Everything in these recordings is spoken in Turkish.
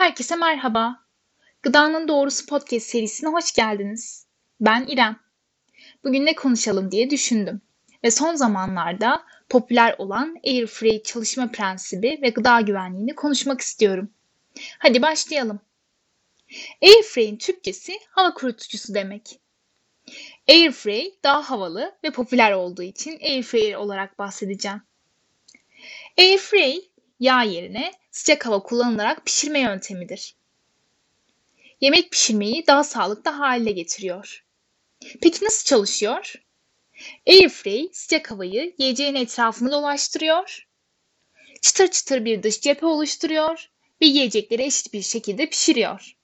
Herkese merhaba. Gıdanın Doğrusu podcast serisine hoş geldiniz. Ben İrem. Bugün ne konuşalım diye düşündüm ve son zamanlarda popüler olan Airfryer çalışma prensibi ve gıda güvenliğini konuşmak istiyorum. Hadi başlayalım. Airfryer'in Türkçesi hava kurutucusu demek. Airfryer daha havalı ve popüler olduğu için Airfryer olarak bahsedeceğim. Airfryer, yağ yerine sıcak hava kullanılarak pişirme yöntemidir. Yemek pişirmeyi daha sağlıklı hale getiriyor. Peki nasıl çalışıyor? Airfryer sıcak havayı yiyeceğin etrafını dolaştırıyor, çıtır çıtır bir dış cephe oluşturuyor ve yiyecekleri eşit bir şekilde pişiriyor.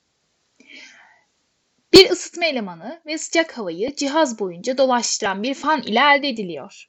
Bir ısıtma elemanı ve sıcak havayı cihaz boyunca dolaştıran bir fan ile elde ediliyor.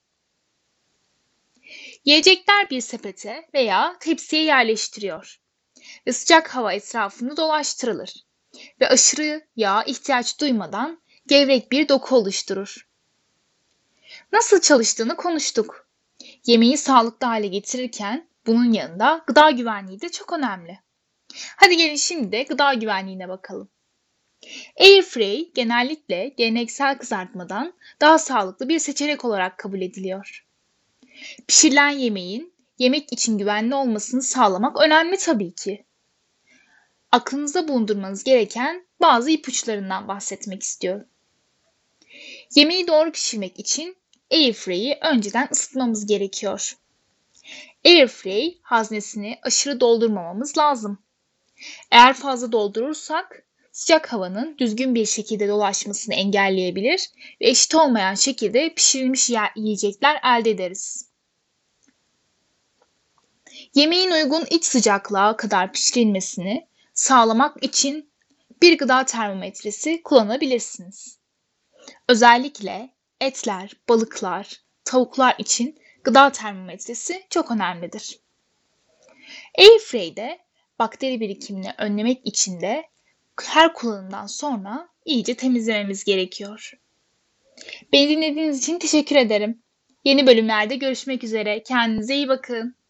Yiyecekler bir sepete veya tepsiye yerleştiriyor ve sıcak hava etrafını dolaştırılır ve aşırı yağa ihtiyaç duymadan gevrek bir doku oluşturur. Nasıl çalıştığını konuştuk. Yemeği sağlıklı hale getirirken bunun yanında gıda güvenliği de çok önemli. Hadi gelin şimdi de gıda güvenliğine bakalım. Airfryer genellikle geleneksel kızartmadan daha sağlıklı bir seçenek olarak kabul ediliyor. Pişirilen yemeğin yemek için güvenli olmasını sağlamak önemli tabii ki. Aklınızda bulundurmanız gereken bazı ipuçlarından bahsetmek istiyorum. Yemeği doğru pişirmek için Airfryer'i önceden ısıtmamız gerekiyor. Airfryer haznesini aşırı doldurmamamız lazım. Eğer fazla doldurursak sıcak havanın düzgün bir şekilde dolaşmasını engelleyebilir ve eşit olmayan şekilde pişirilmiş yiyecekler elde ederiz. Yemeğin uygun iç sıcaklığa kadar pişirilmesini sağlamak için bir gıda termometresi kullanabilirsiniz. Özellikle etler, balıklar, tavuklar için gıda termometresi çok önemlidir. Airfryer'de bakteri birikimini önlemek için de her kullanımdan sonra iyice temizlememiz gerekiyor. Beni dinlediğiniz için teşekkür ederim. Yeni bölümlerde görüşmek üzere. Kendinize iyi bakın.